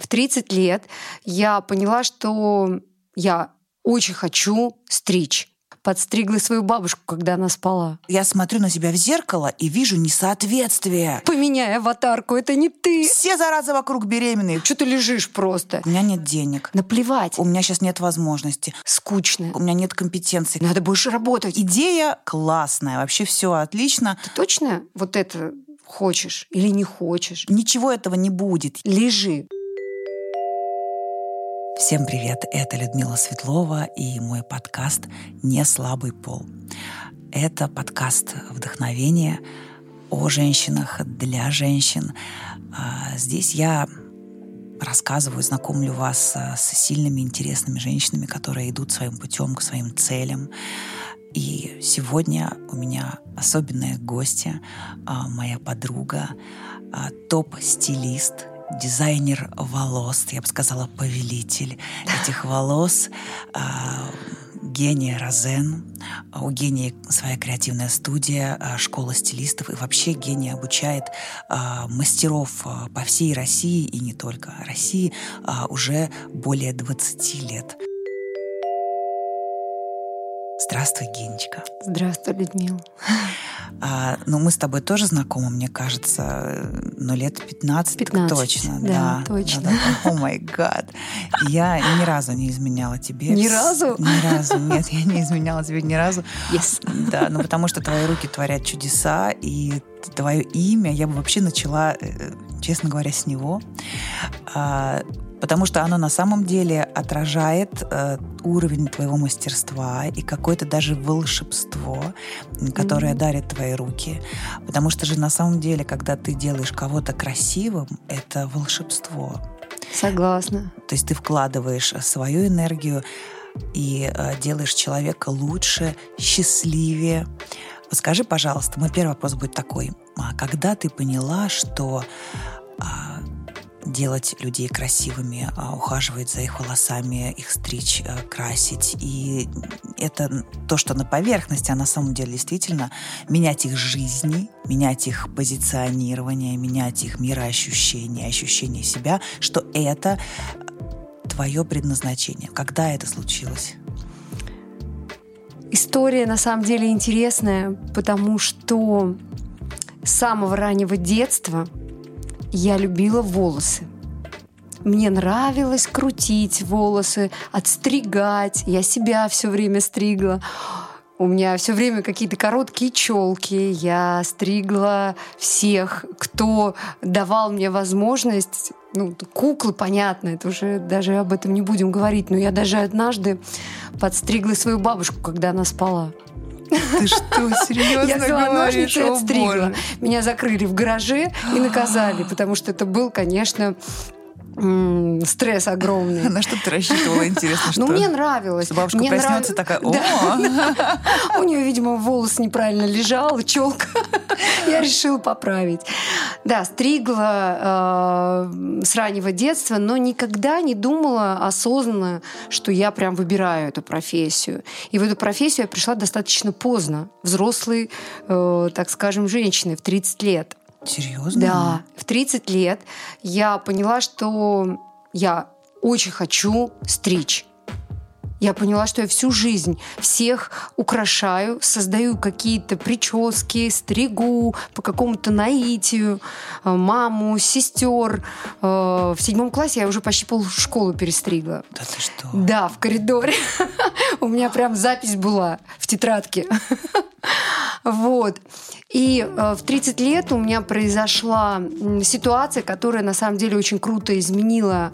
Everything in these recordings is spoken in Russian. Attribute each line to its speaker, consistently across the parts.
Speaker 1: 30 лет я поняла, что я очень хочу стричь. Подстригла свою бабушку, когда она спала.
Speaker 2: Я смотрю на себя в зеркало и вижу несоответствие.
Speaker 1: Поменяй аватарку, это не ты.
Speaker 2: Все, заразы, вокруг беременные.
Speaker 1: Что ты лежишь просто?
Speaker 2: У меня нет денег.
Speaker 1: Наплевать.
Speaker 2: У меня сейчас нет возможности.
Speaker 1: Скучно.
Speaker 2: У меня нет компетенций.
Speaker 1: Надо больше работать.
Speaker 2: Идея классная, вообще все отлично.
Speaker 1: Ты точно вот это хочешь или не хочешь?
Speaker 2: Ничего этого не будет.
Speaker 1: Лежи.
Speaker 2: Всем привет, это Людмила Светлова и мой подкаст «Не слабый пол». Это подкаст вдохновения о женщинах, для женщин. Здесь я рассказываю, знакомлю вас с сильными, интересными женщинами, которые идут своим путем к своим целям. И сегодня у меня особенная гостья, моя подруга, топ-стилист, дизайнер волос, я бы сказала, повелитель этих волос, Гения Розен. У Гении своя креативная студия, школа стилистов. И вообще Гения обучает мастеров по всей России, и не только России, уже более 20 лет. Здравствуй, Генечка.
Speaker 1: Здравствуй, Людмила.
Speaker 2: Мы с тобой тоже знакомы, мне кажется, лет 15 точно.
Speaker 1: Да, точно.
Speaker 2: О май гад. Я ни разу не изменяла тебе.
Speaker 1: Ни разу?
Speaker 2: Ни разу. Нет, я не изменяла тебе ни разу.
Speaker 1: Yes.
Speaker 2: Да, потому что твои руки творят чудеса, и твое имя я бы вообще начала, честно говоря, с него. Потому что оно на самом деле отражает уровень твоего мастерства и какое-то даже волшебство, которое дарит твои руки. Потому что же на самом деле, когда ты делаешь кого-то красивым, это волшебство.
Speaker 1: Согласна.
Speaker 2: То есть ты вкладываешь свою энергию и делаешь человека лучше, счастливее. Скажи, пожалуйста, мой первый вопрос будет такой. Когда ты поняла, что делать людей красивыми, ухаживать за их волосами, их стричь, красить. И это то, что на поверхности, а на самом деле действительно менять их жизни, менять их позиционирование, менять их мироощущение, ощущение себя, что это твое предназначение. Когда это случилось?
Speaker 1: История на самом деле интересная, потому что с самого раннего детства я любила волосы. Мне нравилось крутить волосы, отстригать. Я себя все время стригла. У меня все время какие-то короткие челки. Я стригла всех, кто давал мне возможность. Куклы, понятно, это уже даже об этом не будем говорить. Но я даже однажды подстригла свою бабушку, когда она спала.
Speaker 2: Ты что, серьезно
Speaker 1: я взяла
Speaker 2: говоришь?
Speaker 1: ножницы и отстригла. Меня закрыли в гараже и наказали, потому что это был, конечно, стресс огромный.
Speaker 2: На что ты рассчитывала, интересно, что?
Speaker 1: Мне нравилось.
Speaker 2: Что бабушка проснется такая, о!
Speaker 1: У нее, видимо, волос неправильно лежал, челка. Я решила поправить. Да, стригла с раннего детства, но никогда не думала осознанно, что я прям выбираю эту профессию. И в эту профессию я пришла достаточно поздно. Взрослой, так скажем, женщиной в 30 лет.
Speaker 2: Серьезно?
Speaker 1: Да. В 30 лет я поняла, что я очень хочу стричь. Я поняла, что я всю жизнь всех украшаю, создаю какие-то прически, стригу по какому-то наитию, маму, сестер. В 7 классе я уже почти полшколы перестригла.
Speaker 2: Да ты что?
Speaker 1: Да, в коридоре. У меня прям запись была в тетрадке. Вот. И в 30 лет у меня произошла ситуация, которая на самом деле очень круто изменила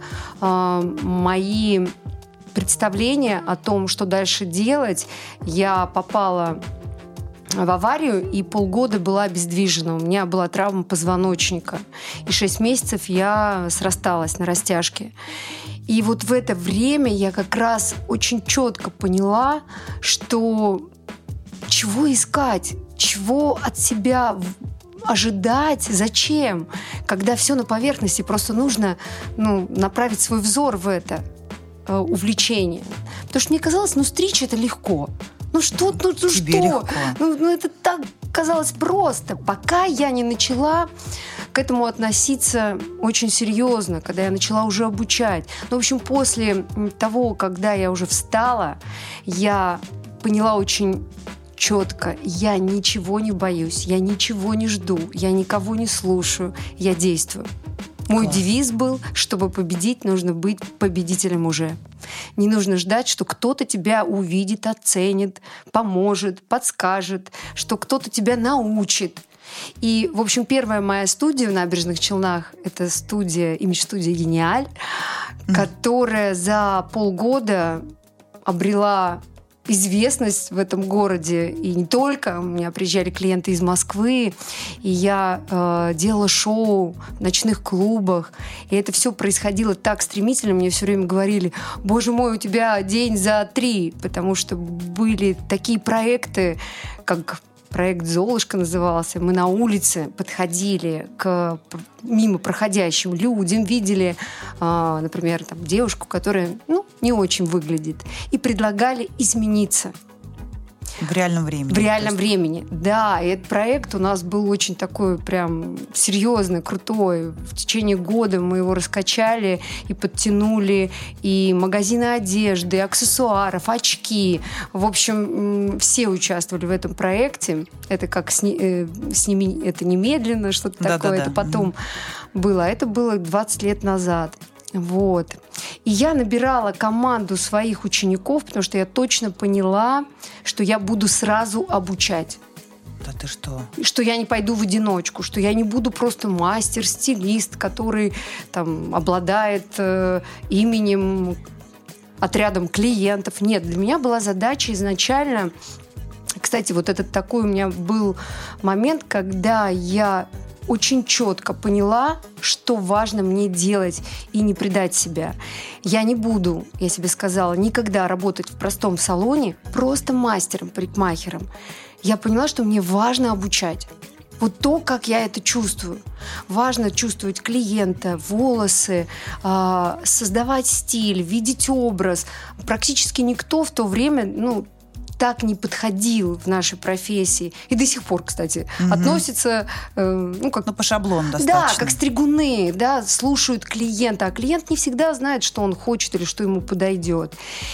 Speaker 1: мои представления о том, что дальше делать. Я попала в аварию и полгода была обездвижена. У меня была травма позвоночника. И 6 месяцев я срасталась на растяжке. И вот в это время я как раз очень четко поняла, что чего искать, чего от себя ожидать, зачем, когда все на поверхности, просто нужно направить свой взор в это увлечение. Потому что мне казалось, стричь это легко. Что?
Speaker 2: Тебе легко.
Speaker 1: Это так казалось просто, пока я не начала к этому относиться очень серьезно, когда я начала уже обучать. Ну, в общем, после того, когда я уже встала, я поняла очень четко, я ничего не боюсь, я ничего не жду, я никого не слушаю, я действую. Мой девиз был, чтобы победить, нужно быть победителем уже. Не нужно ждать, что кто-то тебя увидит, оценит, поможет, подскажет, что кто-то тебя научит. И, в общем, первая моя студия в Набережных Челнах — это имидж-студия «Гениаль», которая за полгода обрела известность в этом городе. И не только. У меня приезжали клиенты из Москвы, и я делала шоу в ночных клубах. И это все происходило так стремительно. Мне все время говорили: боже мой, у тебя день за 3. Потому что были такие проекты, как проект «Золушка» назывался. Мы на улице подходили к мимо проходящим людям, видели, например, там, девушку, которая не очень выглядит, и предлагали измениться.
Speaker 2: В реальном времени.
Speaker 1: В реальном времени, да. И этот проект у нас был очень такой прям серьезный, крутой. В течение года мы его раскачали и подтянули и магазины одежды, и аксессуаров, очки. В общем, все участвовали в этом проекте. Это как сними это немедленно, что-то такое. Это потом было. Это было 20 лет назад. Вот. И я набирала команду своих учеников, потому что я точно поняла, что я буду сразу обучать.
Speaker 2: Да ты что?
Speaker 1: Что я не пойду в одиночку, что я не буду просто мастер, стилист, который там обладает именем, отрядом клиентов. Нет, для меня была задача изначально... Кстати, вот этот такой у меня был момент, когда я очень четко поняла, что важно мне делать и не предать себя. Я не буду, я себе сказала, никогда работать в простом салоне просто мастером, парикмахером. Я поняла, что мне важно обучать. Вот то, как я это чувствую. Важно чувствовать клиента, волосы, создавать стиль, видеть образ. Практически никто в то время, так не подходил в нашей профессии. И до сих пор, кстати, относится...
Speaker 2: по шаблону достаточно.
Speaker 1: Да, как стригуны, да, слушают клиента. А клиент не всегда знает, что он хочет или что ему подойдет.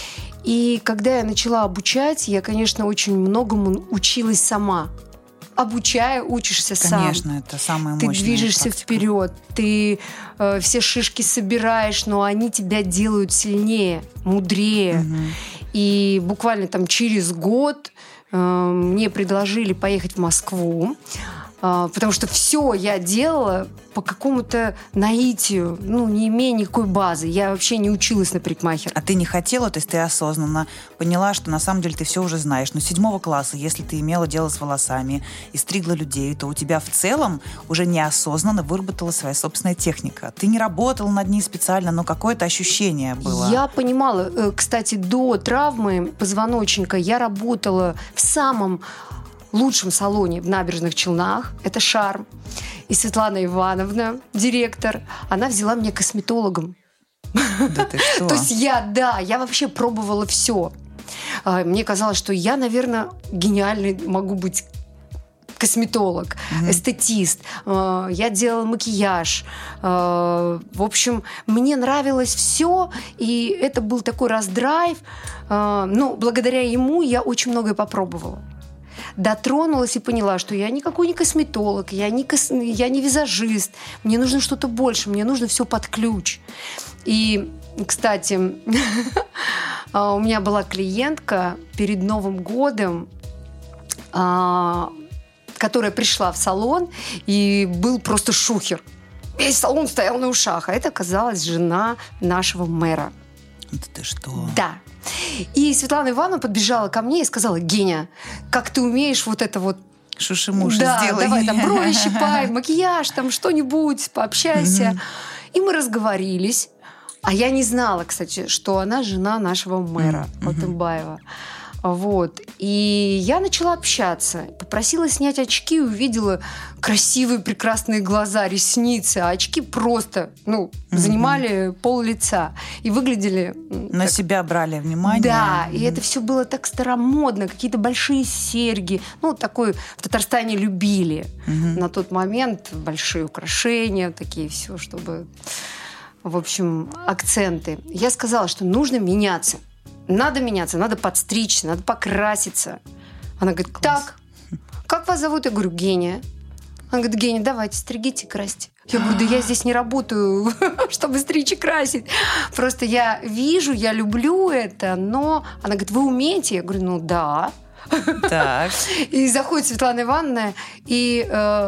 Speaker 1: И когда я начала обучать, я, конечно, очень многому училась сама. Обучая, учишься сам.
Speaker 2: Конечно, это самое мощное.
Speaker 1: Ты движешься
Speaker 2: практика.
Speaker 1: вперед, ты все шишки собираешь, но они тебя делают сильнее, мудрее. И буквально там через год мне предложили поехать в Москву, потому что все я делала по какому-то наитию, не имея никакой базы. Я вообще не училась на парикмахера.
Speaker 2: А ты не хотела, то есть ты осознанно поняла, что на самом деле ты все уже знаешь. Но с 7 класса, если ты имела дело с волосами и стригла людей, то у тебя в целом уже неосознанно выработала своя собственная техника. Ты не работала над ней специально, но какое-то ощущение было.
Speaker 1: Я понимала. Кстати, до травмы позвоночника я работала в самом лучшем салоне в Набережных Челнах. Это «Шарм». И Светлана Ивановна, директор, она взяла меня косметологом.
Speaker 2: Да ты что?
Speaker 1: То есть я вообще пробовала все. Мне казалось, что я, наверное, гениальный могу быть косметолог, эстетист. Я делала макияж. В общем, мне нравилось все, и это был такой раздрайв. Но благодаря ему я очень многое попробовала. Дотронулась и поняла, что я никакой не косметолог, я не визажист, мне нужно что-то больше, мне нужно все под ключ. И, кстати, у меня была клиентка перед Новым годом, которая пришла в салон, и был просто шухер. Весь салон стоял на ушах, а это оказалась жена нашего мэра.
Speaker 2: Да ты что?
Speaker 1: Да. И Светлана Ивановна подбежала ко мне и сказала: Геня, как ты умеешь вот это вот...
Speaker 2: Шуши-муши
Speaker 1: да,
Speaker 2: сделай.
Speaker 1: Давай там брови щипай, макияж, там что-нибудь, пообщайся. И мы разговорились. А я не знала, кстати, что она жена нашего мэра Алтынбаева. Вот. И я начала общаться. Попросила снять очки, увидела красивые, прекрасные глаза, ресницы. А очки просто занимали пол-лица. И выглядели...
Speaker 2: На себя брали внимание.
Speaker 1: Да, и это все было так старомодно. Какие-то большие серьги. Такой в Татарстане любили. На тот момент большие украшения, такие все, чтобы... В общем, акценты. Я сказала, что нужно меняться. Надо меняться, надо подстричься, надо покраситься. Она говорит, так, как вас зовут? Я говорю, Гения. Она говорит, Гения, давайте, стригите, красьте. Я говорю, да я здесь не работаю, чтобы стричь и красить. Просто я вижу, я люблю это, но... Она говорит, вы умеете? Я говорю, да.
Speaker 2: Так.
Speaker 1: И заходит Светлана Ивановна, и...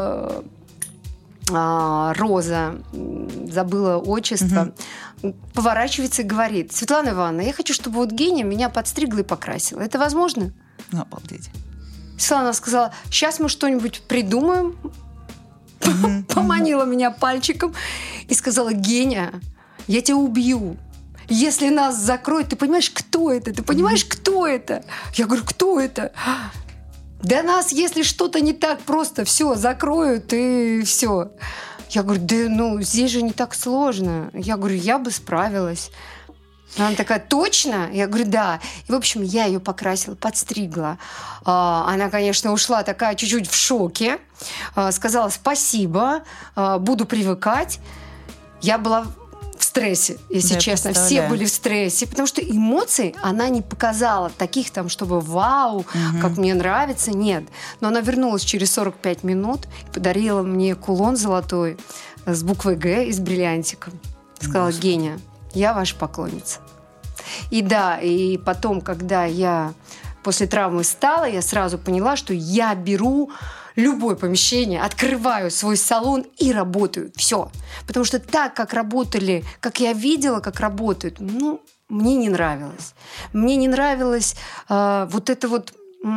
Speaker 1: Роза, забыла отчество, поворачивается и говорит, Светлана Ивановна, я хочу, чтобы вот Гения меня подстригла и покрасила. Это возможно?
Speaker 2: Обалдеть.
Speaker 1: Светлана сказала, сейчас мы что-нибудь придумаем. Поманила меня пальчиком и сказала, Гения, я тебя убью. Если нас закроют, ты понимаешь, кто это? Ты понимаешь, кто это? Я говорю, кто это? Да нас, если что-то не так, просто все закроют и все. Я говорю, да здесь же не так сложно. Я говорю, я бы справилась. Она такая, точно? Я говорю, да. И, в общем, я ее покрасила, подстригла. Она, конечно, ушла такая чуть-чуть в шоке. Сказала, спасибо, буду привыкать. Я была в стрессе, если честно. Все были в стрессе, потому что эмоций она не показала. Таких там, чтобы вау, как мне нравится, нет. Но она вернулась через 45 минут и подарила мне кулон золотой с буквой «Г» и с бриллиантиком. Сказала, Гения, я ваша поклонница. И да, и потом, когда я после травмы встала, я сразу поняла, что я беру любое помещение, открываю свой салон и работаю. Все. Потому что так, как работали, как я видела, как работают, мне не нравилось. Мне не нравилось вот это вот...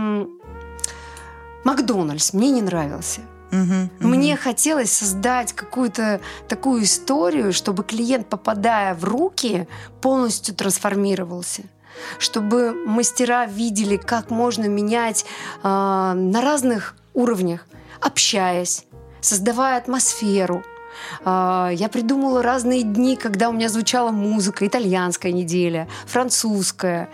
Speaker 1: Макдональдс мне не нравился. Мне хотелось создать какую-то такую историю, чтобы клиент, попадая в руки, полностью трансформировался. Чтобы мастера видели, как можно менять на разных уровнях, общаясь, создавая атмосферу. Я придумала разные дни, когда у меня звучала музыка, итальянская неделя, французская.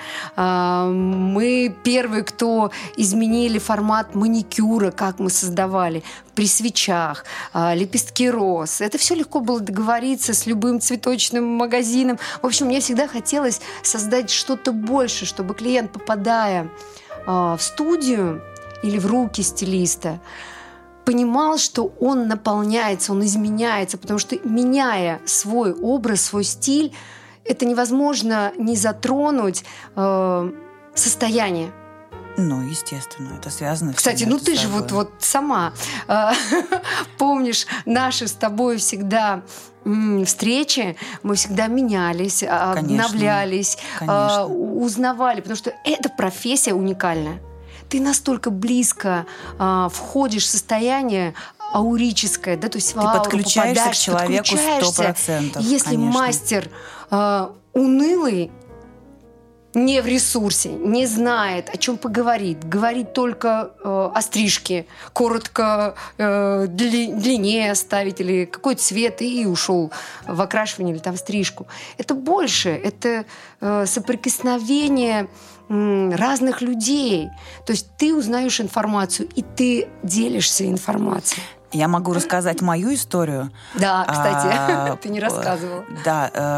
Speaker 1: Мы первые, кто изменили формат маникюра, как мы создавали, при свечах, лепестки роз. Это все легко было договориться с любым цветочным магазином. В общем, мне всегда хотелось создать что-то больше, чтобы клиент, попадая в студию или в руки стилиста, понимал, что он наполняется, он изменяется, потому что, меняя свой образ, свой стиль, это невозможно не затронуть состояние.
Speaker 2: Естественно, это связано.
Speaker 1: Кстати, ты же вот сама помнишь наши с тобой всегда встречи, мы всегда менялись, обновлялись, узнавали, потому что эта профессия уникальная. Ты настолько близко входишь в состояние аурическое, да, то есть в ауру
Speaker 2: подключаешься к человеку 100%.
Speaker 1: Если конечно. Мастер унылый, не в ресурсе, не знает, о чем поговорит, говорит только о стрижке, коротко, длиннее оставить или какой цвет, и ушел в окрашивание или там в стрижку. Это больше, это соприкосновение разных людей. То есть ты узнаешь информацию, и ты делишься информацией.
Speaker 2: Я могу рассказать мою историю.
Speaker 1: Да, кстати, ты не рассказывала.
Speaker 2: Да,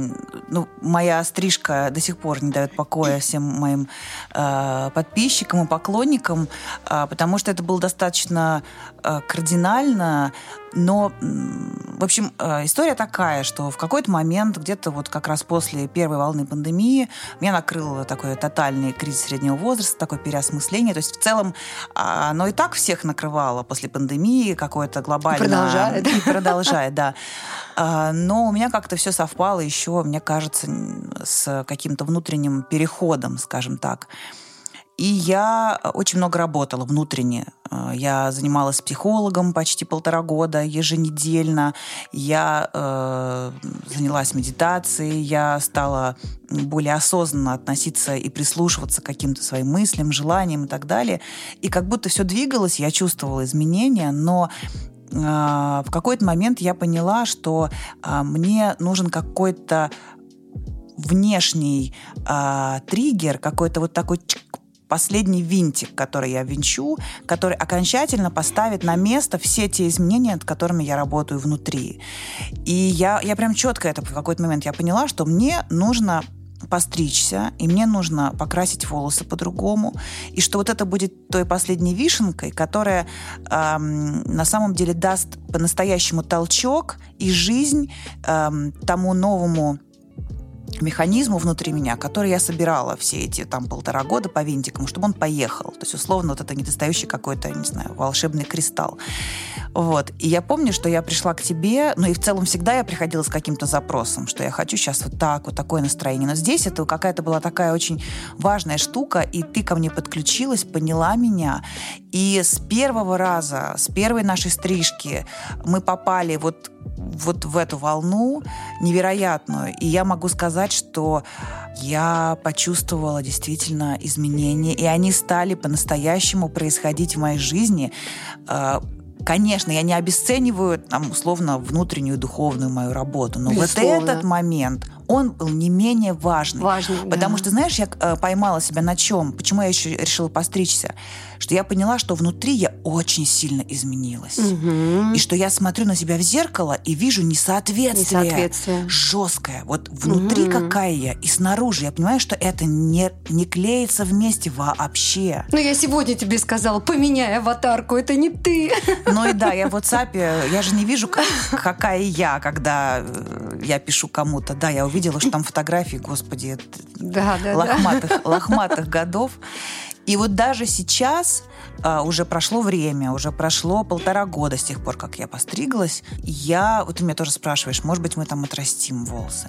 Speaker 2: моя стрижка до сих пор не дает покоя всем моим подписчикам и поклонникам, потому что это было достаточно кардинально. Но, в общем, история такая, что в какой-то момент, где-то вот как раз после первой волны пандемии, меня накрыл такой тотальный кризис среднего возраста, такое переосмысление. То есть, в целом, оно и так всех накрывало после пандемии, какое-то глобальное...
Speaker 1: И
Speaker 2: продолжает, да. Но у меня как-то все совпало еще, мне кажется, с каким-то внутренним переходом, скажем так. И я очень много работала внутренне. Я занималась с психологом почти 1,5 года еженедельно. Я занялась медитацией. Я стала более осознанно относиться и прислушиваться к каким-то своим мыслям, желаниям и так далее. И как будто все двигалось, я чувствовала изменения, но в какой-то момент я поняла, что мне нужен какой-то внешний триггер, какой-то вот такой последний винтик, который я винчу, который окончательно поставит на место все те изменения, над которыми я работаю внутри. И я прям четко это в какой-то момент я поняла, что мне нужно постричься, и мне нужно покрасить волосы по-другому, и что вот это будет той последней вишенкой, которая на самом деле даст по-настоящему толчок и жизнь тому новому механизму внутри меня, который я собирала все эти 1,5 года по винтикам, чтобы он поехал. То есть, условно, вот это недостающий какой-то, не знаю, волшебный кристалл. Вот. И я помню, что я пришла к тебе, и в целом всегда я приходила с каким-то запросом, что я хочу сейчас вот такое настроение. Но здесь это какая-то была такая очень важная штука, и ты ко мне подключилась, поняла меня. И с первого раза, с первой нашей стрижки мы попали вот в эту волну невероятную. И я могу сказать, что я почувствовала действительно изменения, и они стали по-настоящему происходить в моей жизни. Конечно, я не обесцениваю, условно, внутреннюю духовную мою работу, но безусловно, вот этот момент, он был не менее важный. Потому что, знаешь, я поймала себя на чем? Почему я еще решила постричься? Что я поняла, что внутри я очень сильно изменилась. И что я смотрю на себя в зеркало и вижу несоответствие. Жесткое. Вот внутри какая я, и снаружи. Я понимаю, что это не клеится вместе вообще.
Speaker 1: Ну, я сегодня тебе сказала, поменяй аватарку, это не ты.
Speaker 2: Ну и да, я в WhatsApp, я же не вижу, какая я, когда я пишу кому-то. Да, я увидела, что там фотографии, господи, лохматых годов. И вот даже сейчас уже прошло время, уже прошло 1,5 года с тех пор, как я постриглась. Вот ты меня тоже спрашиваешь, может быть, мы там отрастим волосы.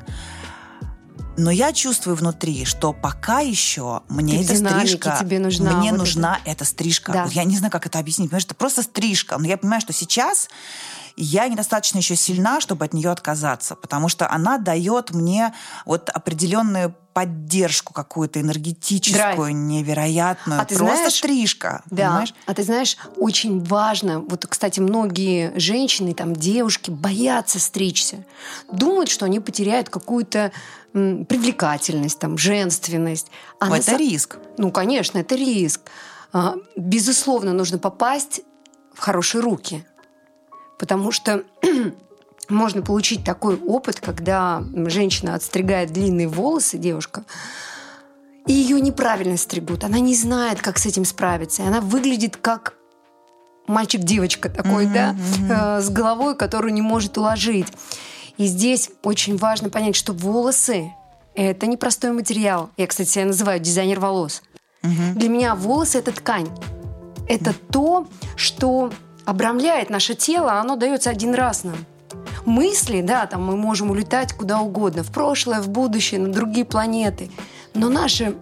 Speaker 2: Но я чувствую внутри, что пока еще мне эта стрижка...
Speaker 1: Тебе нужна
Speaker 2: мне нужна эта стрижка.
Speaker 1: Да.
Speaker 2: Вот я не знаю, как это объяснить. Понимаешь, это просто стрижка. Но я понимаю, что сейчас я недостаточно еще сильна, чтобы от нее отказаться. Потому что она дает мне вот определенную поддержку какую-то энергетическую, драйв. Невероятную.
Speaker 1: А ты
Speaker 2: просто
Speaker 1: знаешь,
Speaker 2: стрижка.
Speaker 1: Да.
Speaker 2: Понимаешь?
Speaker 1: А ты знаешь, очень важно, вот, кстати, многие женщины, там, девушки боятся стричься. Думают, что они потеряют какую-то привлекательность, там, женственность.
Speaker 2: Это риск.
Speaker 1: Ну, конечно, это риск. Безусловно, нужно попасть в хорошие руки. Потому что можно получить такой опыт, когда женщина отстригает длинные волосы, девушка, и ее неправильно стригут. Она не знает, как с этим справиться. И она выглядит как мальчик-девочка такой, с головой, которую не может уложить. И здесь очень важно понять, что волосы – это непростой материал. Я, кстати, себя называю дизайнер волос. Для меня волосы – это ткань. Это то, что обрамляет наше тело, оно дается один раз нам. Мысли, да, там мы можем улетать куда угодно, в прошлое, в будущее, на другие планеты. Но наше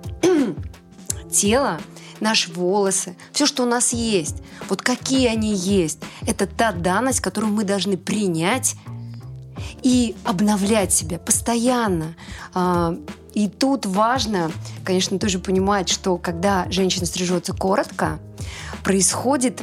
Speaker 1: тело, наши волосы, все, что у нас есть, вот какие они есть, это та данность, которую мы должны принять и обновлять себя постоянно. И тут важно, конечно, тоже понимать, что когда женщина стрижется коротко, происходит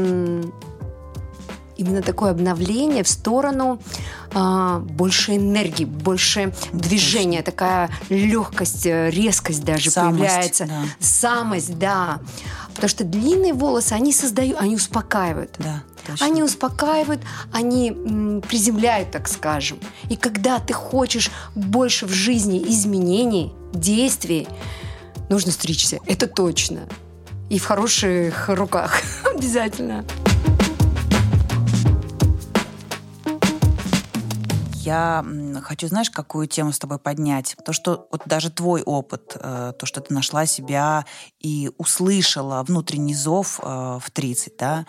Speaker 1: именно такое обновление в сторону больше энергии, больше движения, такая легкость, резкость даже появляется.
Speaker 2: Да.
Speaker 1: Самость, да. Потому что длинные волосы, они успокаивают.
Speaker 2: Да, точно.
Speaker 1: Они успокаивают, они приземляют, так скажем. И когда ты хочешь больше в жизни изменений, действий, нужно стричься. Это точно. И в хороших руках обязательно.
Speaker 2: Я хочу, знаешь, какую тему с тобой поднять? То, что вот даже твой опыт, то, что ты нашла себя и услышала внутренний зов в 30, да,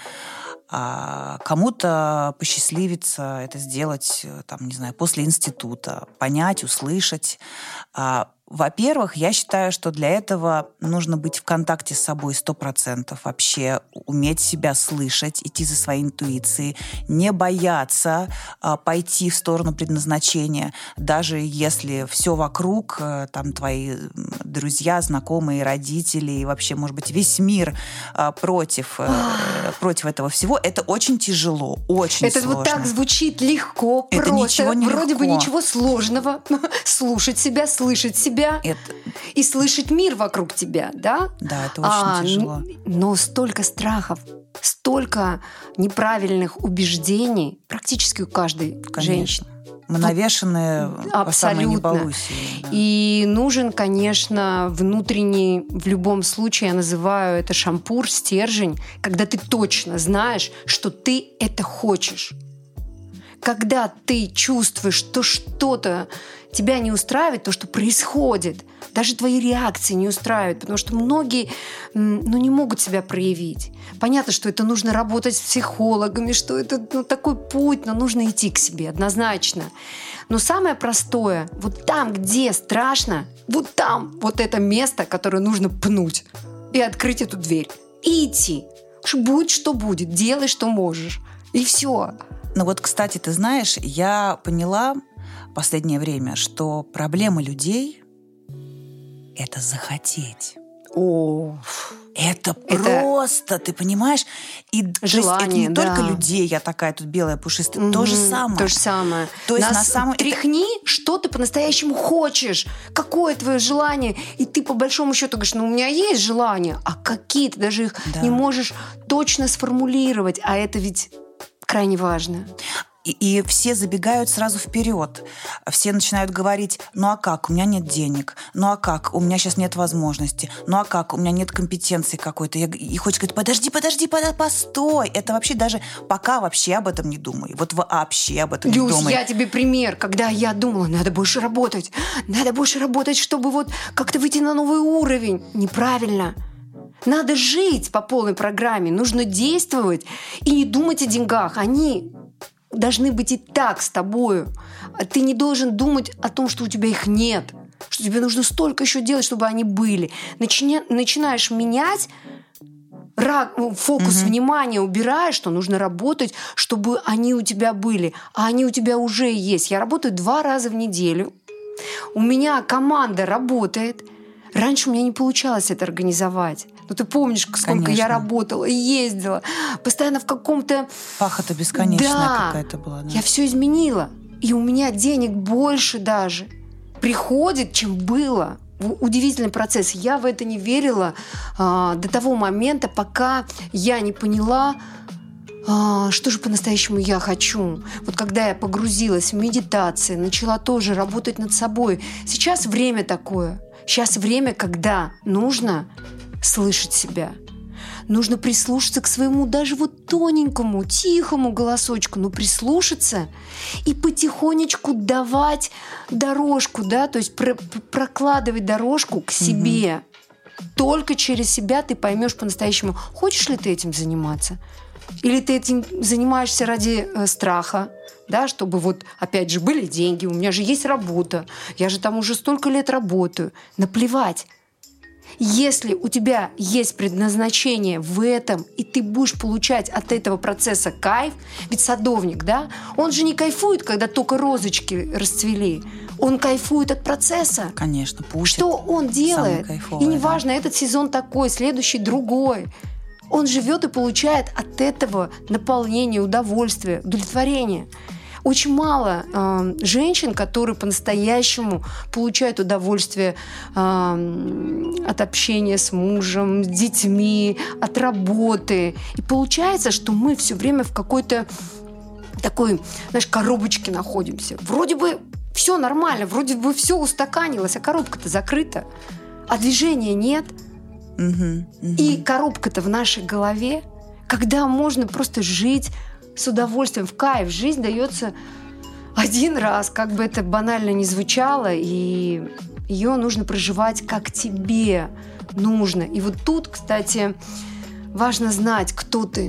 Speaker 2: кому-то посчастливится это сделать, там, не знаю, после института, понять, услышать. Во-первых, я считаю, что для этого нужно быть в контакте с собой 100%, вообще уметь себя слышать, идти за своей интуицией, не бояться пойти в сторону предназначения, даже если все вокруг, там твои друзья, знакомые, родители и вообще, может быть, весь мир против этого всего. Это очень тяжело, очень сложно.
Speaker 1: Это вот так звучит легко,
Speaker 2: это
Speaker 1: просто.
Speaker 2: Ничего не
Speaker 1: Вроде
Speaker 2: легко.
Speaker 1: бы ничего сложного. Слушать себя, слышать себя и слышать мир вокруг тебя, да?
Speaker 2: Да, это очень тяжело.
Speaker 1: Но столько страхов, столько неправильных убеждений практически у каждой женщины.
Speaker 2: Мы навешаны по самой не балуйся. Да.
Speaker 1: И нужен, конечно, внутренний, в любом случае, я называю это шампур, стержень, когда ты точно знаешь, что ты это хочешь. Когда ты чувствуешь, что что-то тебя не устраивает, то, что происходит, даже твои реакции не устраивают, потому что многие не могут себя проявить. Понятно, что это нужно работать с психологами, что это такой путь, но нужно идти к себе однозначно. Но самое простое, вот там, где страшно, вот там, вот это место, которое нужно пнуть и открыть эту дверь. И идти. Будь что будет, делай, что можешь. И все.
Speaker 2: Ну вот, кстати, ты знаешь, я поняла в последнее время, что проблема людей – это захотеть. Это просто, ты понимаешь? И
Speaker 1: желание,
Speaker 2: это не только людей, я такая тут белая, пушистая, то же самое.
Speaker 1: То же самое.
Speaker 2: То есть на самом...
Speaker 1: Тряхни, что ты по-настоящему хочешь, какое твое желание, и ты по большому счету говоришь, у меня есть желания, а какие ты даже их не можешь точно сформулировать, а это ведь крайне важно.
Speaker 2: И все забегают сразу вперед. Все начинают говорить, а как, у меня нет денег, а как, у меня сейчас нет возможности, а как, у меня нет компетенции какой-то. И хочется сказать, подожди, постой. Это вообще даже пока вообще об этом не думай. Вот вообще об этом не думай.
Speaker 1: Люсь, я тебе пример, когда я думала, надо больше работать, чтобы вот как-то выйти на новый уровень. Неправильно. Надо жить по полной программе, нужно действовать и не думать о деньгах. Они должны быть и так с тобою. Ты не должен думать о том, что у тебя их нет, что тебе нужно столько еще делать, чтобы они были. Начинаешь менять фокус внимания, убираешь, что нужно работать, чтобы они у тебя были. А они у тебя уже есть. Я работаю 2 раза в неделю. У меня команда работает. Раньше у меня не получалось это организовать. Ты помнишь, сколько
Speaker 2: Конечно.
Speaker 1: Я работала, ездила, постоянно в каком-то...
Speaker 2: Пахота бесконечная какая-то была. Да.
Speaker 1: Я все изменила. И у меня денег больше даже приходит, чем было. Удивительный процесс. Я в это не верила до того момента, пока я не поняла, что же по-настоящему я хочу. Вот когда я погрузилась в медитации, начала тоже работать над собой. Сейчас время такое. Сейчас время, когда нужно слышать себя. Нужно прислушаться к своему даже тоненькому, тихому голосочку, но прислушаться и потихонечку давать дорожку, то есть прокладывать дорожку к себе. Только через себя ты поймешь по-настоящему, хочешь ли ты этим заниматься. Или ты этим занимаешься ради страха, чтобы опять же были деньги, у меня же есть работа, я же там уже столько лет работаю. Наплевать. Если у тебя есть предназначение в этом, и ты будешь получать от этого процесса кайф, ведь садовник, он же не кайфует, когда только розочки расцвели. Он кайфует от процесса.
Speaker 2: Конечно, пусть.
Speaker 1: Что он делает? И неважно, этот сезон такой, следующий другой. Он живет и получает от этого наполнение, удовольствие, удовлетворение. Очень мало женщин, которые по-настоящему получают удовольствие от общения с мужем, с детьми, от работы. И получается, что мы все время в какой-то такой, коробочке находимся. Вроде бы все нормально, вроде бы все устаканилось, а коробка-то закрыта, а движения нет. И коробка-то в нашей голове, когда можно просто жить с удовольствием, в кайф. Жизнь дается один раз, как бы это банально ни звучало, и ее нужно проживать, как тебе нужно. И тут, кстати, важно знать, кто ты,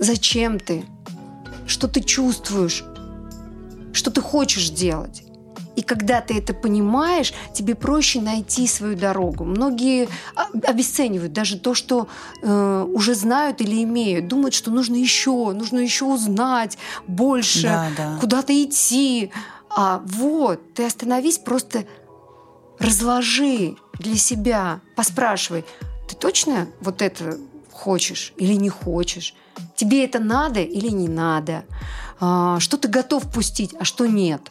Speaker 1: зачем ты, что ты чувствуешь, что ты хочешь делать. И когда ты это понимаешь, тебе проще найти свою дорогу. Многие обесценивают даже то, что уже знают или имеют. Думают, что нужно еще узнать больше, куда-то идти. А вот, ты остановись, просто разложи для себя, поспрашивай, ты точно вот это хочешь или не хочешь? Тебе это надо или не надо? Что ты готов пустить, а что нет?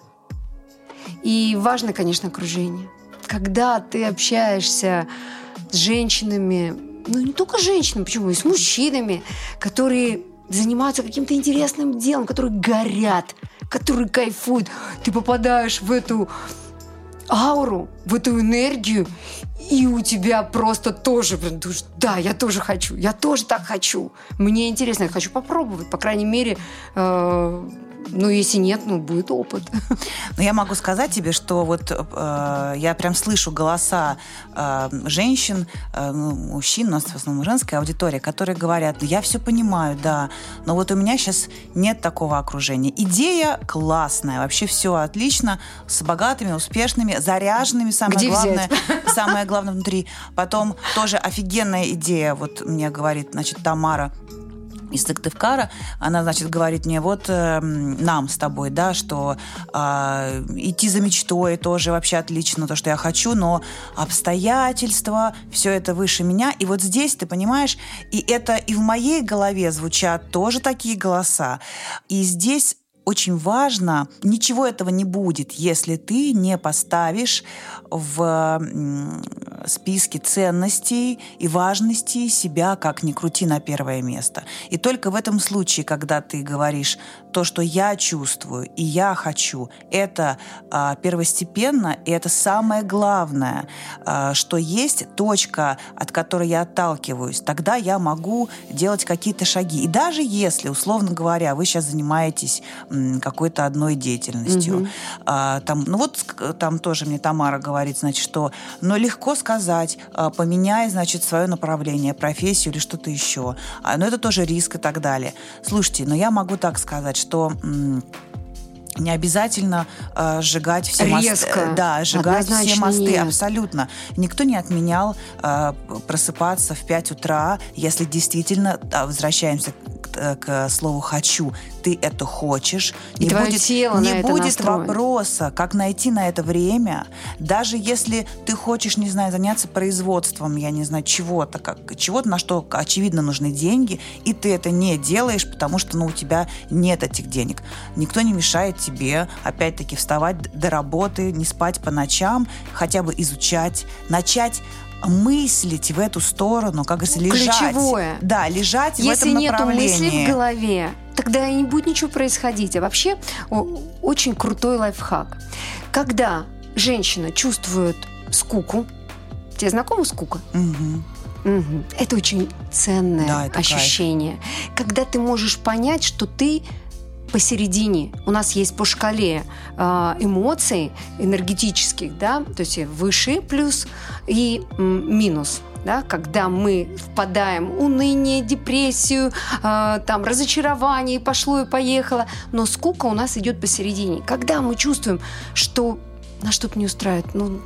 Speaker 1: И важно, конечно, окружение. Когда ты общаешься с женщинами, не только с женщинами, почему и с мужчинами, которые занимаются каким-то интересным делом, которые горят, которые кайфуют, ты попадаешь в эту ауру, в эту энергию, и у тебя просто тоже, да, я тоже хочу, я тоже так хочу. Мне интересно, я хочу попробовать, по крайней мере, если нет, будет опыт.
Speaker 2: Но я могу сказать тебе, что я прям слышу голоса женщин, мужчин, у нас в основном женская аудитория, которые говорят, я все понимаю, да, но вот у меня сейчас нет такого окружения. Идея классная, вообще все отлично, с богатыми, успешными, заряженными, самое главное внутри. Потом тоже офигенная идея, мне говорит, Тамара из Сыктывкара, она, говорит мне, нам с тобой, да, что идти за мечтой тоже вообще отлично, то, что я хочу, но обстоятельства, все это выше меня. И вот здесь, ты понимаешь, и это и в моей голове звучат тоже такие голоса. И здесь очень важно, ничего этого не будет, если ты не поставишь в списке ценностей и важностей себя, как ни крути, на первое место. И только в этом случае, когда ты говоришь то, что я чувствую и я хочу, это первостепенно, и это самое главное, что есть точка, от которой я отталкиваюсь, тогда я могу делать какие-то шаги. И даже если, условно говоря, вы сейчас занимаетесь какой-то одной деятельностью. Там тоже мне Тамара говорит, что легко сказать, поменяй, свое направление, профессию или что-то еще. Но это тоже риск и так далее. Слушайте, я могу так сказать, что не обязательно сжигать все мосты. Да, сжигать все мосты. Нет. Абсолютно. Никто не отменял просыпаться в 5 утра, если действительно, возвращаемся к слову «хочу», ты это хочешь,
Speaker 1: и не будет
Speaker 2: вопроса, как найти на это время, даже если ты хочешь, заняться производством, чего-то, на что, очевидно, нужны деньги, и ты это не делаешь, потому что, у тебя нет этих денег. Никто не мешает тебе, опять-таки, вставать до работы, не спать по ночам, хотя бы изучать, начать мыслить в эту сторону, как говорится, лежать.
Speaker 1: Ключевое.
Speaker 2: Да, лежать в этом направлении.
Speaker 1: Если нету мысли в голове, тогда и не будет ничего происходить. А вообще очень крутой лайфхак. Когда женщина чувствует скуку, тебе знакома скука? Угу. Это очень ценное ощущение. Кайф. Когда ты можешь понять, что ты посередине. У нас есть по шкале эмоций энергетических, да, то есть высший плюс и минус. Да, когда мы впадаем в уныние, депрессию, разочарование, пошло и поехало. Но скука у нас идет посередине. Когда мы чувствуем, что нас что-то не устраивает,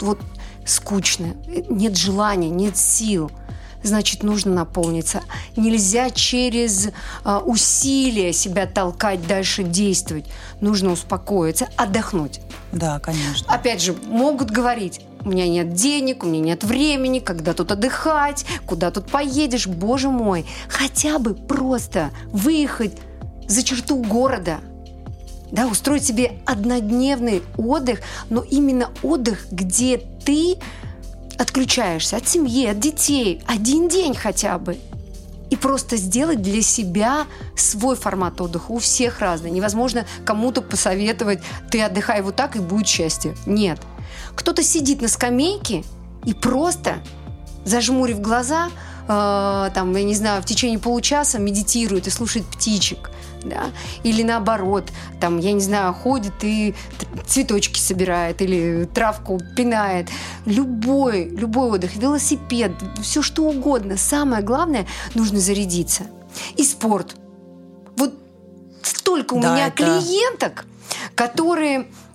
Speaker 1: скучно, нет желания, нет сил, значит, нужно наполниться. Нельзя через усилия себя толкать, дальше действовать. Нужно успокоиться, отдохнуть.
Speaker 2: Да, конечно.
Speaker 1: Опять же, могут говорить: у меня нет денег, у меня нет времени, когда тут отдыхать, куда тут поедешь, боже мой. Хотя бы просто выехать за черту города, да, устроить себе однодневный отдых, но именно отдых, где ты отключаешься от семьи, от детей, 1 день хотя бы. И просто сделать для себя свой формат отдыха. У всех разный. Невозможно кому-то посоветовать: ты отдыхай вот так, и будет счастье. Нет. Кто-то сидит на скамейке и просто, зажмурив глаза, в течение получаса медитирует и слушает птичек. Да? Или наоборот, ходит и цветочки собирает или травку пинает. Любой отдых, велосипед, все что угодно. Самое главное, нужно зарядиться. И спорт. Вот столько у меня клиенток, которые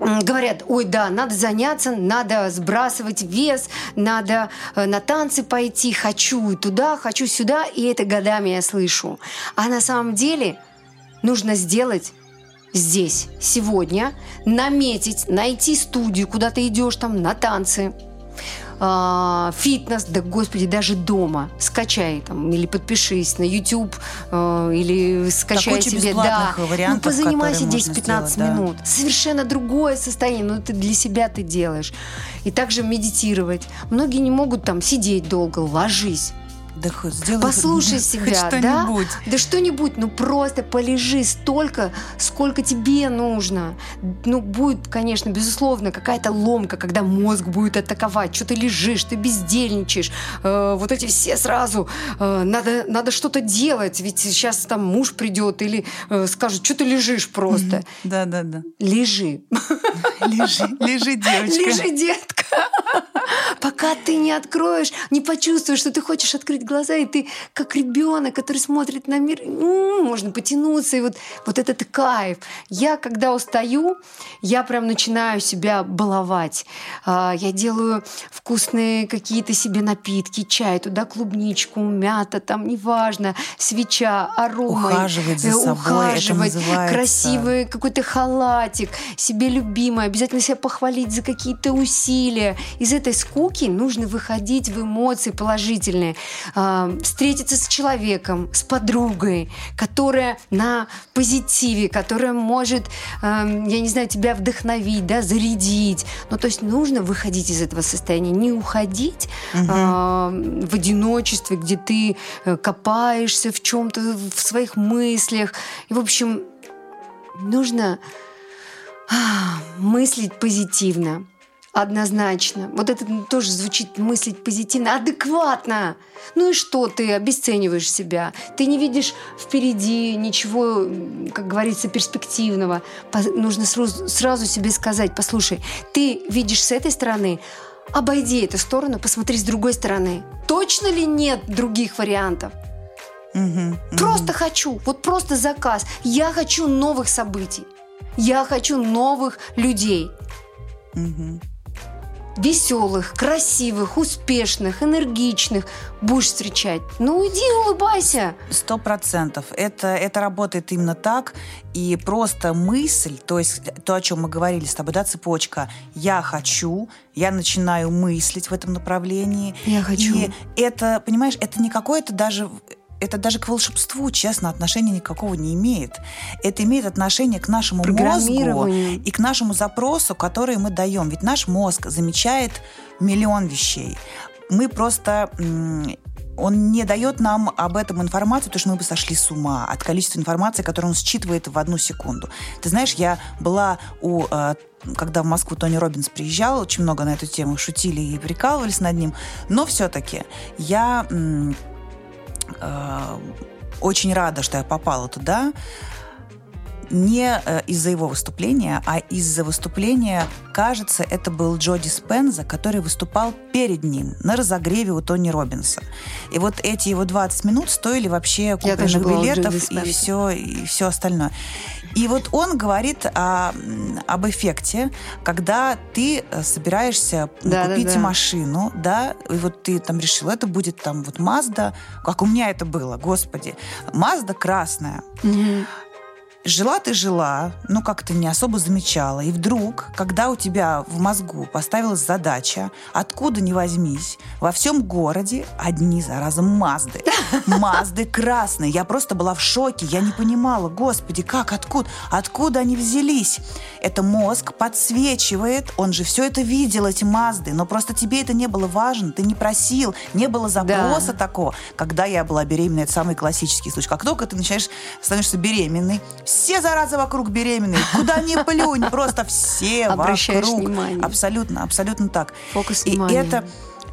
Speaker 1: говорят, ой, да, надо заняться, надо сбрасывать вес, надо на танцы пойти, хочу туда, хочу сюда, и это годами я слышу. А на самом деле нужно сделать здесь, сегодня, наметить, найти студию, куда ты идешь там на танцы, фитнес, да, господи, даже дома. Скачай там или подпишись на YouTube, или скачай себе. Да.
Speaker 2: Ну,
Speaker 1: позанимайся 10-15 минут. Да. Совершенно другое состояние, но ты для себя ты делаешь. И также медитировать. Многие не могут там сидеть долго, ложись.
Speaker 2: Да хоть сделай,
Speaker 1: послушай себя, да? Да что-нибудь, ну просто полежи столько, сколько тебе нужно. Ну, будет, конечно, безусловно, какая-то ломка, когда мозг будет атаковать, что ты лежишь, ты бездельничаешь, вот эти все сразу, надо что-то делать, ведь сейчас там муж придет или скажет, что ты лежишь просто.
Speaker 2: Да.
Speaker 1: Лежи.
Speaker 2: Лежи, девочка.
Speaker 1: Лежи, детка. Пока ты не откроешь, не почувствуешь, что ты хочешь открыть глаза, и ты как ребенок, который смотрит на мир, можно потянуться, и вот этот кайф. Я, когда устаю, я прям начинаю себя баловать. Я делаю вкусные какие-то себе напитки, чай, туда клубничку, мята, там неважно, свеча, арома.
Speaker 2: Ухаживать за собой, это называется.
Speaker 1: Красивый какой-то халатик, себе любимый, обязательно себя похвалить за какие-то усилия. Из этой скуки нужно выходить в эмоции положительные. Встретиться с человеком, с подругой, которая на позитиве, которая может, я не знаю, тебя вдохновить, да, зарядить. Ну, то есть нужно выходить из этого состояния, не уходить в одиночестве, где ты копаешься в чем-то, в своих мыслях. И, в общем, нужно мыслить позитивно. Однозначно. Вот это тоже звучит, мыслить позитивно, адекватно. Ну и что ты обесцениваешь себя? Ты не видишь впереди ничего, как говорится, перспективного. Нужно сразу себе сказать, послушай, ты видишь с этой стороны, обойди эту сторону, посмотри с другой стороны. Точно ли нет других вариантов? Просто хочу, вот просто заказ. Я хочу новых событий. Я хочу новых людей. Веселых, красивых, успешных, энергичных будешь встречать. Ну, иди улыбайся.
Speaker 2: 100%. Это работает именно так. И просто мысль, то есть то, о чем мы говорили с тобой, да, цепочка. Я хочу, я начинаю мыслить в этом направлении.
Speaker 1: Я хочу.
Speaker 2: И это, понимаешь, это не какое-то даже... Это даже к волшебству, честно, отношения никакого не имеет. Это имеет отношение к нашему мозгу и к нашему запросу, который мы даем. Ведь наш мозг замечает миллион вещей. Мы просто... Он не дает нам об этом информацию, потому что мы бы сошли с ума от количества информации, которую он считывает в 1 секунду. Ты знаешь, я была когда в Москву Тони Роббинс приезжал, очень много на эту тему шутили и прикалывались над ним, но все-таки я... очень рада, что я попала туда не из-за его выступления, а из-за выступления, кажется, это был Джо Диспенза, который выступал перед ним на разогреве у Тони Роббинса. И вот эти его 20 минут стоили вообще купленных билетов и все остальное. И вот он говорит об эффекте, когда ты собираешься купить машину, да, и вот ты там решил, это будет там вот Mazda, как у меня это было, господи, Mazda красная. Жила ты, но как-то не особо замечала. И вдруг, когда у тебя в мозгу поставилась задача, откуда ни возьмись, во всем городе одни, зараза, Мазды. Мазды красные. Я просто была в шоке. Я не понимала, господи, как, откуда они взялись? Это мозг подсвечивает. Он же все это видел, эти Мазды. Но просто тебе это не было важно. Ты не просил. Не было запроса такого. Когда я была беременна, это самый классический случай. Как только ты становишься беременной, все, зараза, вокруг беременные. Куда ни плюнь, просто все
Speaker 1: обращаешь
Speaker 2: вокруг.
Speaker 1: Внимание.
Speaker 2: Абсолютно так.
Speaker 1: Фокус внимания.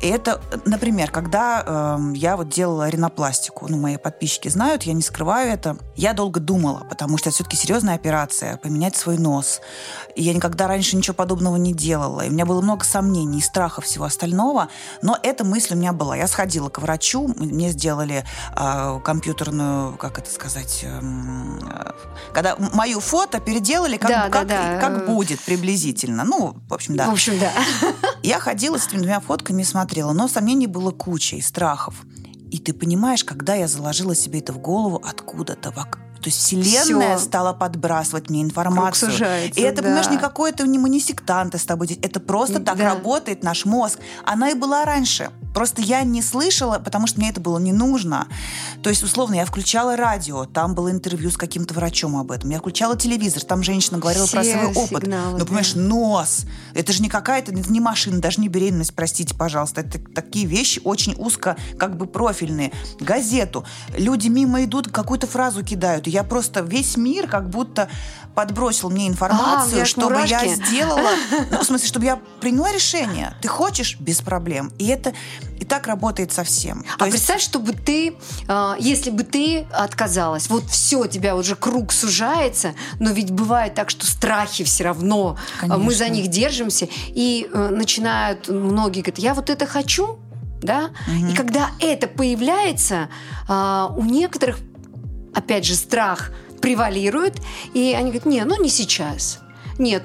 Speaker 2: И это, например, когда я вот делала ринопластику, мои подписчики знают, я не скрываю это, я долго думала, потому что это все-таки серьезная операция, поменять свой нос. И я никогда раньше ничего подобного не делала. И у меня было много сомнений, страхов, всего остального, но эта мысль у меня была. Я сходила к врачу, мне сделали компьютерную, как это сказать, когда мою фото переделали, как будет приблизительно. В общем, да. Я ходила с этими 2 фотками и смотрела, но сомнений было куча и страхов. И ты понимаешь, когда я заложила себе это в голову, откуда-то то есть Вселенная стала подбрасывать мне информацию.
Speaker 1: Круг сужается,
Speaker 2: и это, понимаешь, мы не сектанты с тобой. Это просто так работает наш мозг. Она и была раньше. Просто я не слышала, потому что мне это было не нужно. То есть, условно, я включала радио, там было интервью с каким-то врачом об этом. Я включала телевизор, там женщина говорила про свой опыт. Понимаешь, нос. Это же не какая-то, не машина, даже не беременность, простите, пожалуйста. Это такие вещи очень узко, профильные. Газету. Люди мимо идут, какую-то фразу кидают. И я просто весь мир как будто подбросил мне информацию, чтобы я сделала... в смысле, чтобы я приняла решение. Ты хочешь? Без проблем. И это и так работает со всем.
Speaker 1: Представь, чтобы ты, если бы ты отказалась, вот все, у тебя уже круг сужается, но ведь бывает так, что страхи все равно, мы за них держимся, и начинают многие говорить, я вот это хочу, да? И когда это появляется, у некоторых, опять же, страх превалирует, и они говорят, не сейчас. Нет,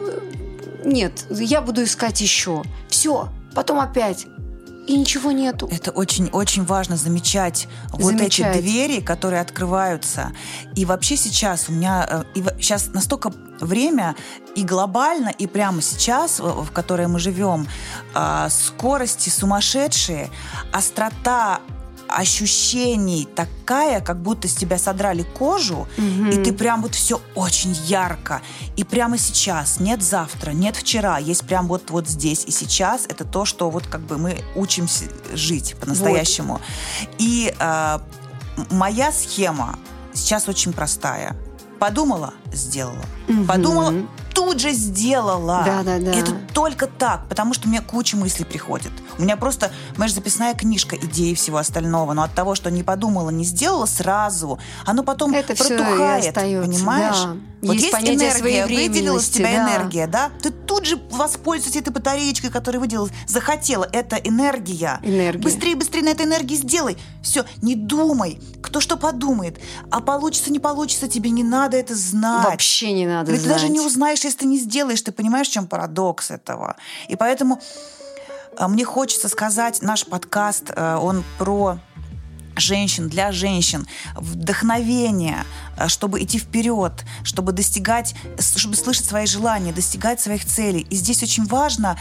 Speaker 1: я буду искать еще. Все, потом опять. И ничего нету.
Speaker 2: Это очень-очень важно замечать вот эти двери, которые открываются. И вообще сейчас у меня... сейчас настолько время и глобально, и прямо сейчас, в которое мы живем, скорости сумасшедшие, острота ощущений такая, как будто с тебя содрали кожу, и ты прям вот все очень ярко. И прямо сейчас, нет завтра, нет вчера, есть прям вот здесь и сейчас. Это то, что мы учимся жить по-настоящему. И моя схема сейчас очень простая. Подумала – сделала. Подумала – тут же сделала.
Speaker 1: Да.
Speaker 2: Это только так, потому что у меня куча мыслей приходит. У меня просто, записная книжка идей и всего остального, но от того, что не подумала, не сделала сразу, оно потом
Speaker 1: это
Speaker 2: протухает, понимаешь?
Speaker 1: Да.
Speaker 2: Вот есть энергия, выделилась у тебя энергия, да? Ты тут же воспользуйся этой батареечкой, которая выделилась. Захотела, это энергия. Быстрее на этой энергии сделай. Все, не думай, кто что подумает. А получится, не получится, тебе не надо это знать.
Speaker 1: Вообще не надо знать.
Speaker 2: Ты даже не узнаешь, если ты не сделаешь. Ты понимаешь, в чем парадокс этого? И поэтому мне хочется сказать, наш подкаст, он про женщин, для женщин, вдохновение, чтобы идти вперед, чтобы достигать, чтобы слышать свои желания, достигать своих целей. И здесь очень важно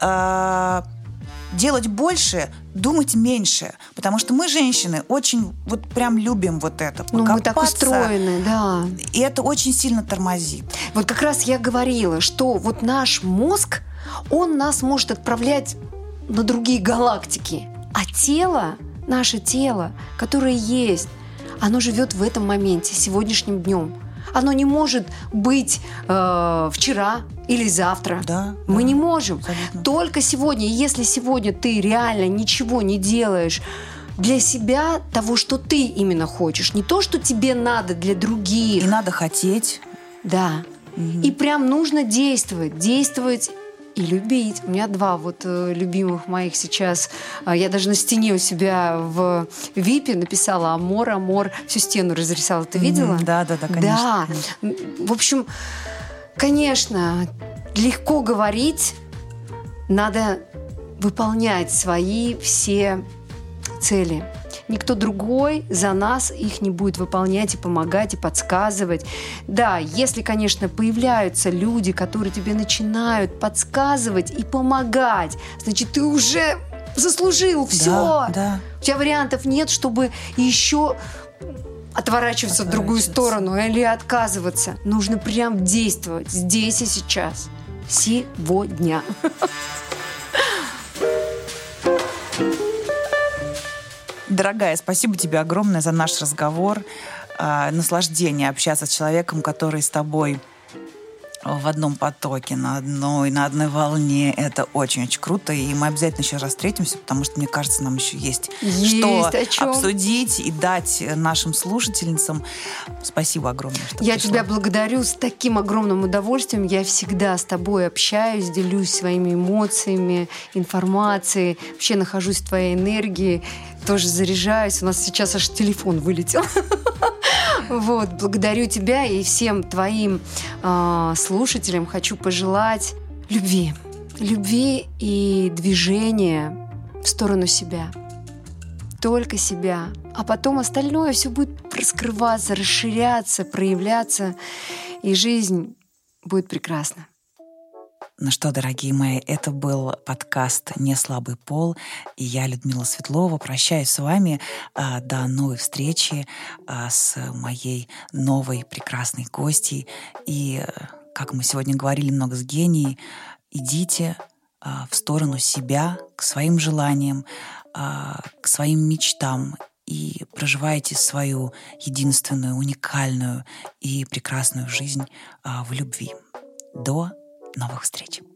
Speaker 2: делать больше, думать меньше. Потому что мы, женщины, очень прям любим это.
Speaker 1: Мы так устроены, да.
Speaker 2: И это очень сильно тормозит.
Speaker 1: Вот как раз я говорила, что наш мозг, он нас может отправлять на другие галактики. А тело, наше тело, которое есть, оно живет в этом моменте, сегодняшним днем. Оно не может быть вчера или завтра. Мы не можем.
Speaker 2: Абсолютно.
Speaker 1: Только сегодня. И если сегодня ты реально ничего не делаешь для себя, того, что ты именно хочешь, не то, что тебе надо для других.
Speaker 2: И надо хотеть.
Speaker 1: Да. И прям нужно действовать и любить. У меня 2 любимых моих сейчас. Я даже на стене у себя в ВИПе написала «Амор, амор». Всю стену разрисовала. Ты видела?
Speaker 2: Да, конечно.
Speaker 1: Да. В общем, конечно, легко говорить, надо выполнять свои все цели. Никто другой за нас их не будет выполнять и помогать, и подсказывать. Да, если, конечно, появляются люди, которые тебе начинают подсказывать и помогать, значит, ты уже заслужил все.
Speaker 2: Да.
Speaker 1: У тебя вариантов нет, чтобы еще отворачиваться в другую сторону или отказываться. Нужно прям действовать здесь и сейчас. Сегодня.
Speaker 2: Дорогая, спасибо тебе огромное за наш разговор. Наслаждение общаться с человеком, который с тобой в одном потоке, на одной волне. Это очень-очень круто. И мы обязательно еще раз встретимся, потому что, мне кажется, нам еще есть что обсудить и дать нашим слушательницам. Спасибо огромное, что
Speaker 1: Я
Speaker 2: пришла.
Speaker 1: тебя благодарю с таким огромным удовольствием. Я всегда с тобой общаюсь, делюсь своими эмоциями, информацией. Вообще нахожусь в твоей энергии, тоже заряжаюсь. У нас сейчас аж телефон вылетел. Вот, благодарю тебя и всем твоим слушателям хочу пожелать любви. Любви и движения в сторону себя. Только себя. А потом остальное все будет раскрываться, расширяться, проявляться. И жизнь будет прекрасна.
Speaker 2: Ну что, дорогие мои, это был подкаст «Не слабый пол». И я, Людмила Светлова, прощаюсь с вами. До новой встречи с моей новой прекрасной гостьей. И, как мы сегодня говорили много с Генией, идите в сторону себя, к своим желаниям, к своим мечтам и проживайте свою единственную, уникальную и прекрасную жизнь в любви. До новых встреч!